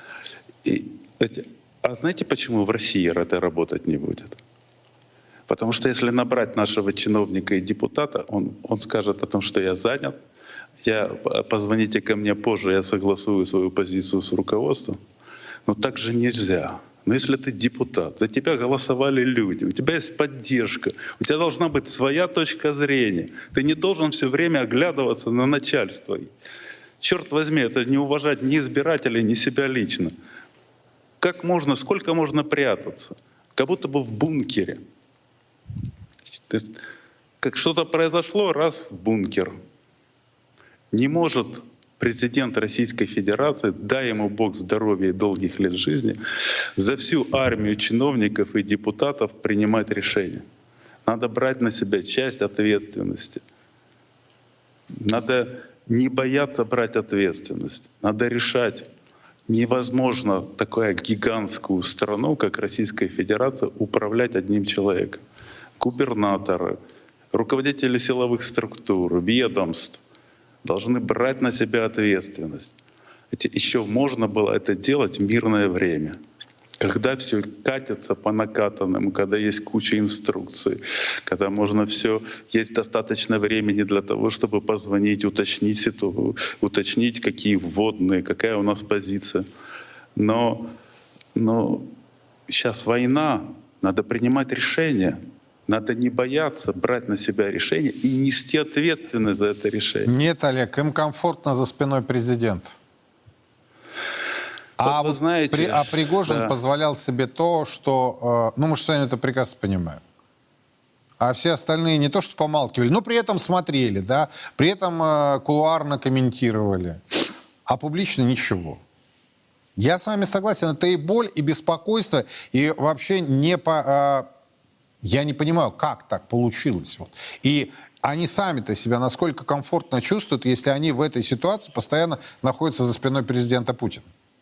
S9: А знаете, почему в России это работать не будет? Потому что если набрать нашего чиновника и депутата, он скажет о том, что я занят, позвоните ко мне позже, я согласую свою позицию с руководством. Но так же нельзя. Но если ты депутат, за тебя голосовали люди, у тебя есть поддержка, у тебя должна быть своя точка зрения. Ты не должен все время оглядываться на начальство. Черт возьми, это не уважать ни избирателей, ни себя лично. Как можно, сколько можно прятаться? Как будто бы в бункере. Как что-то произошло, раз в бункер. Не может президент Российской Федерации, дай ему Бог здоровья и долгих лет жизни, за всю армию чиновников и депутатов принимать решения. Надо брать на себя часть ответственности. Надо не бояться брать ответственность. Надо решать. Невозможно такую гигантскую страну, как Российская Федерация, управлять одним человеком. Губернаторы, руководители силовых структур, ведомств должны брать на себя ответственность. Еще можно было это делать в мирное время, когда все катится по накатанным, когда есть куча инструкций, когда можно все, есть достаточно времени для того, чтобы позвонить, уточнить, какие вводные, какая у нас позиция. Но сейчас война, надо принимать решения. Надо не бояться брать на себя решение и нести ответственность за это решение.
S1: Нет, Олег, им комфортно за спиной президента.
S9: Вот вы знаете,
S1: Пригожин позволял себе то, что... ну, мы же с вами это прекрасно понимаем. А все остальные не то что помалкивали, но при этом смотрели, да, при этом кулуарно комментировали, а публично ничего. Я с вами согласен, это и боль, и беспокойство, и вообще не по... Я не понимаю, как так получилось. Вот. И они сами-то себя насколько комфортно чувствуют, если они в этой ситуации постоянно находятся за спиной президента Путина.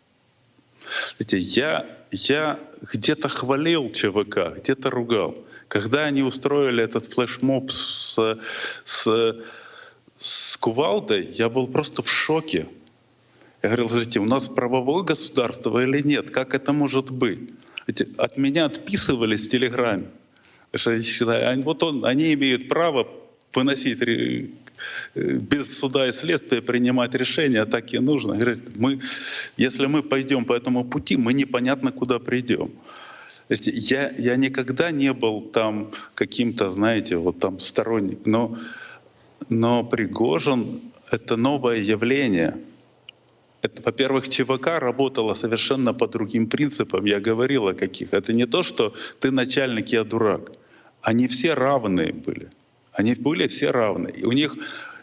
S9: Я где-то хвалил ЧВК, где-то ругал. Когда они устроили этот флешмоб с кувалдой, я был просто в шоке. Я говорил, смотрите, у нас правовое государство или нет? Как это может быть? От меня отписывались в Телеграме. Вот они имеют право выносить без суда и следствия, принимать решения, так и нужно. Говорит, если мы пойдем по этому пути, мы непонятно куда придем. Я никогда не был там каким-то, знаете, вот там сторонником, но Пригожин — это новое явление. Это, во-первых, ЧВК работала совершенно по другим принципам, я говорил о каких. Это не то, что ты начальник, я дурак. Они все равные были. Они были все равны. И у них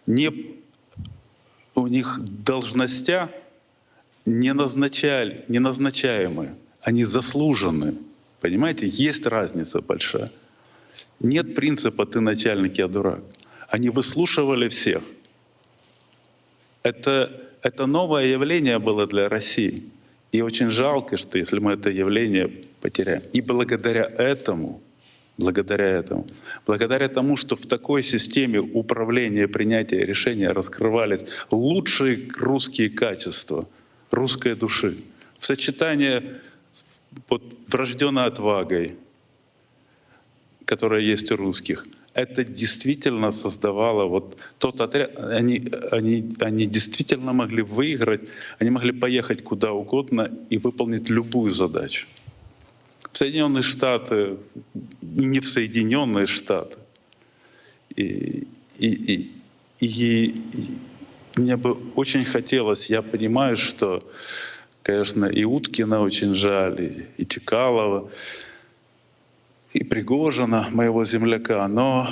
S9: должностя не назначаемые, они заслуженные. Понимаете, есть разница большая. Нет принципа «ты начальник, я дурак». Они выслушивали всех. Это новое явление было для России. И очень жалко, что если мы это явление потеряем. И благодаря тому, что в такой системе управления, принятия решения раскрывались лучшие русские качества русской души, в сочетании с врожденной отвагой, которая есть у русских, это действительно создавало вот тот отряд. Они действительно могли выиграть, они могли поехать куда угодно и выполнить любую задачу. В Соединенные Штаты и не в Соединенные Штаты. И мне бы очень хотелось, я понимаю, что, конечно, и Уткина очень жаль, и Чекалова, и Пригожина, моего земляка, но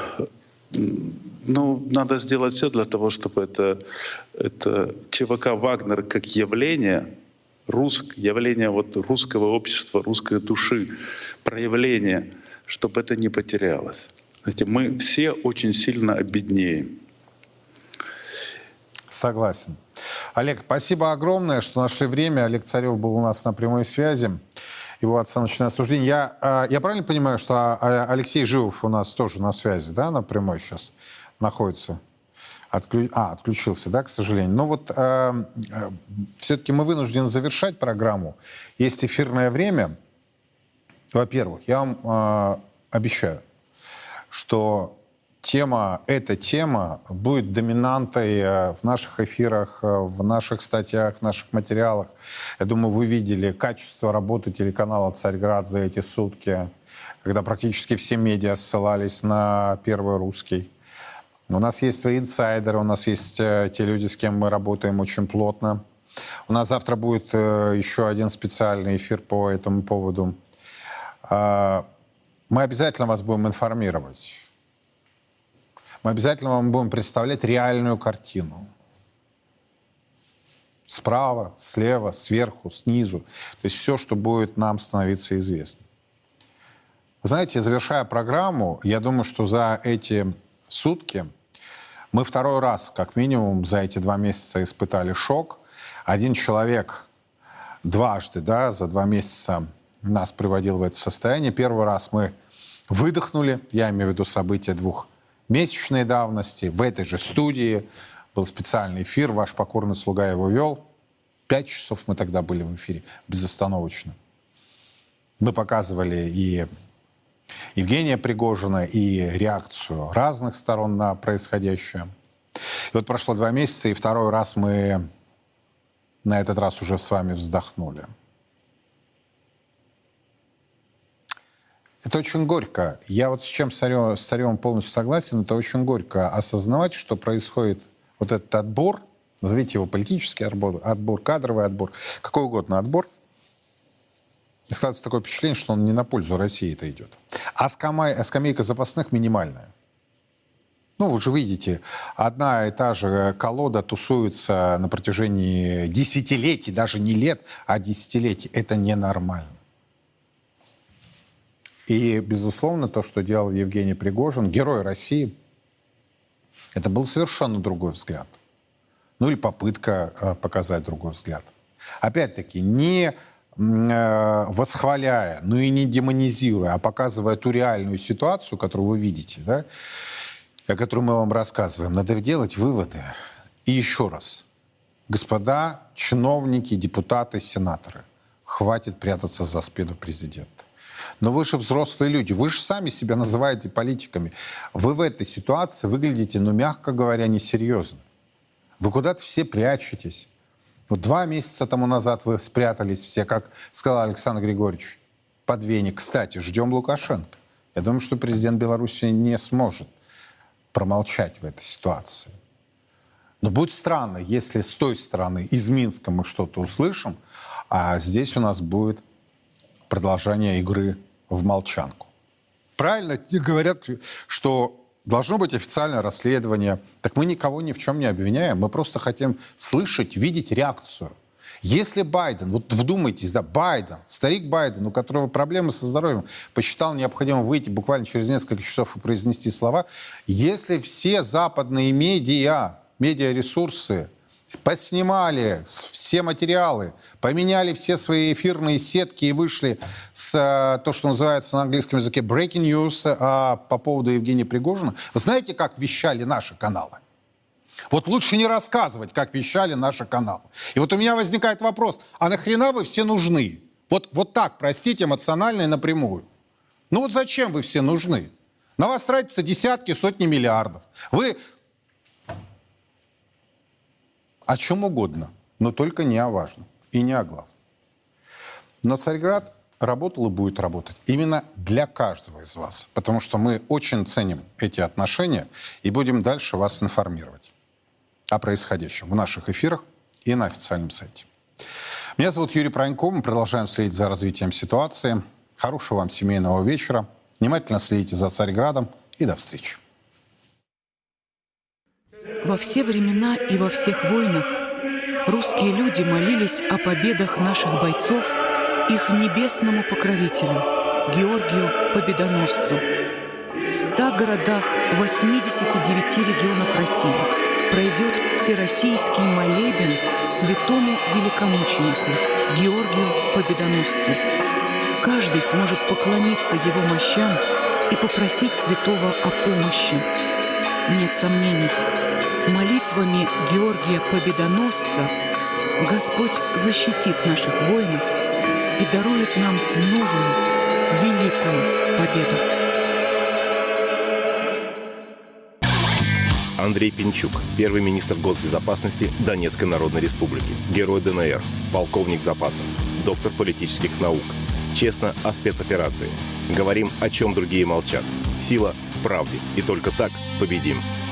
S9: надо сделать все для того, чтобы это ЧВК «Вагнер» как явление, явление вот русского общества, русской души, проявление, чтобы это не потерялось. Знаете, мы все очень сильно обеднеем.
S1: Согласен. Олег, спасибо огромное, что нашли время. Олег Царев был у нас на прямой связи. Его оценочное суждение. Я правильно понимаю, что Алексей Живов у нас тоже на связи, да, на прямой сейчас находится? Отключился, да, к сожалению. Но вот все-таки мы вынуждены завершать программу. Есть эфирное время. Во-первых, я вам обещаю, что эта тема будет доминантой в наших эфирах, в наших статьях, в наших материалах. Я думаю, вы видели качество работы телеканала «Царьград» за эти сутки, когда практически все медиа ссылались на Первый Русский. У нас есть свои инсайдеры, у нас есть те люди, с кем мы работаем очень плотно. У нас завтра будет еще один специальный эфир по этому поводу. Мы обязательно вас будем информировать. Мы обязательно вам будем представлять реальную картину. Справа, слева, сверху, снизу. То есть все, что будет нам становиться известно. Знаете, завершая программу, я думаю, что за эти сутки мы второй раз, как минимум, за эти 2 месяца испытали шок. Один человек дважды, да, за 2 месяца нас приводил в это состояние. Первый раз мы выдохнули, я имею в виду события 2-месячной давности. В этой же студии был специальный эфир, ваш покорный слуга его вел. 5 часов мы тогда были в эфире безостановочно. Мы показывали и Евгения Пригожина, и реакцию разных сторон на происходящее. И вот прошло 2 месяца, и второй раз мы на этот раз уже с вами вздохнули. Это очень горько. Я вот с чем с Царевым полностью согласен, это очень горько осознавать, что происходит вот этот отбор, назовите его политический отбор, кадровый отбор, какой угодно отбор. И складывается такое впечатление, что он не на пользу России-то идет. А скамейка запасных минимальная. Ну, вы же видите, одна и та же колода тусуется на протяжении десятилетий, даже не лет, а десятилетий. Это ненормально. И, безусловно, то, что делал Евгений Пригожин, герой России, это был совершенно другой взгляд. Ну или попытка показать другой взгляд. Опять-таки, не восхваляя, но и не демонизируя, а показывая ту реальную ситуацию, которую вы видите, да, о которой мы вам рассказываем. Надо делать выводы. И еще раз. Господа чиновники, депутаты, сенаторы, хватит прятаться за спину президента. Но вы же взрослые люди, вы же сами себя называете политиками. Вы в этой ситуации выглядите, ну, мягко говоря, несерьезно. Вы куда-то все прячетесь. Вот 2 месяца тому назад вы спрятались все, как сказал Александр Григорьевич, под веник. Кстати, ждем Лукашенко. Я думаю, что президент Беларуси не сможет промолчать в этой ситуации. Но будет странно, если с той стороны, из Минска, мы что-то услышим, а здесь у нас будет продолжение игры в молчанку. Правильно говорят, что должно быть официальное расследование. Так мы никого ни в чем не обвиняем. Мы просто хотим слышать, видеть реакцию. Если Байден, вот вдумайтесь, да, Байден, старик Байден, у которого проблемы со здоровьем, посчитал необходимо выйти буквально через несколько часов и произнести слова, если все западные медиаресурсы поснимали все материалы, поменяли все свои эфирные сетки и вышли с то, что называется на английском языке breaking news по поводу Евгения Пригожина, вы знаете, как вещали наши каналы? Вот лучше не рассказывать, как вещали наши каналы. И вот у меня возникает вопрос, а нахрена вы все нужны? Вот так, простите, эмоционально и напрямую. Ну вот зачем вы все нужны? На вас тратятся десятки, сотни миллиардов. Вы о чем угодно, но только не о важном и не о главном. Но Царьград работал и будет работать именно для каждого из вас, потому что мы очень ценим эти отношения и будем дальше вас информировать о происходящем в наших эфирах и на официальном сайте. Меня зовут Юрий Пронько, мы продолжаем следить за развитием ситуации. Хорошего вам семейного вечера. Внимательно следите за Царьградом и до встречи.
S11: Во все времена и во всех войнах русские люди молились о победах наших бойцов их небесному покровителю, Георгию Победоносцу. В 100 городах 89 регионов России пройдет всероссийский молебен святому великомученику Георгию Победоносцу. Каждый сможет поклониться его мощам и попросить святого о помощи. Нет сомнений, молитвами Георгия Победоносца Господь защитит наших воинов и дарует нам новую, великую победу.
S8: Андрей Пинчук, первый министр госбезопасности Донецкой Народной Республики, герой ДНР, полковник запаса, доктор политических наук. Честно о спецоперации. Говорим, о чем другие молчат. Сила в правде. И только так победим.